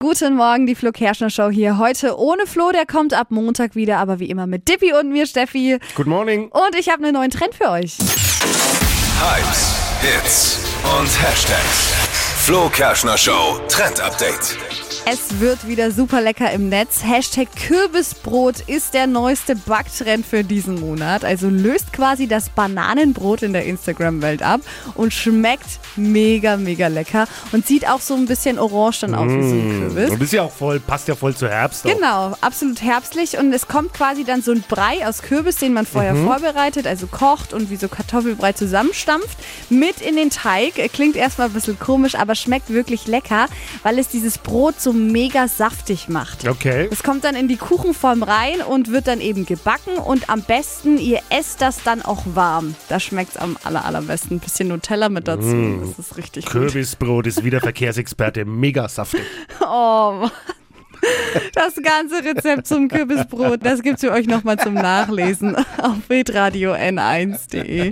Guten Morgen, die Flo Kerschner Show hier. Heute ohne Flo, der kommt ab Montag wieder, aber wie immer mit Dippi und mir, Steffi. Good morning. Und ich habe einen neuen Trend für euch. Hypes, Hits und Hashtags. Flo Kerschner Show Trend Update. Es wird wieder super lecker im Netz. Hashtag Kürbisbrot ist der neueste Backtrend für diesen Monat. Also löst quasi das Bananenbrot in der Instagram-Welt ab und schmeckt mega, mega lecker. Und sieht auch so ein bisschen orange dann aus wie so ein Kürbis. Du bist ja auch passt ja voll zu Herbst. Genau, absolut herbstlich. Und es kommt quasi dann so ein Brei aus Kürbis, den man vorher vorbereitet, also kocht und wie so Kartoffelbrei zusammenstampft, mit in den Teig. Klingt erstmal ein bisschen komisch, aber schmeckt wirklich lecker, weil es dieses Brot so mega saftig macht. Okay. Es kommt dann in die Kuchenform rein und wird dann eben gebacken und am besten, ihr esst das dann auch warm. Da schmeckt es am allerbesten. Ein bisschen Nutella mit dazu. Das ist richtig gut. Kürbisbrot ist wieder Verkehrsexperte. Mega saftig. Oh Mann. Das ganze Rezept zum Kürbisbrot, das gibt's für euch nochmal zum Nachlesen auf hitradio n1.de.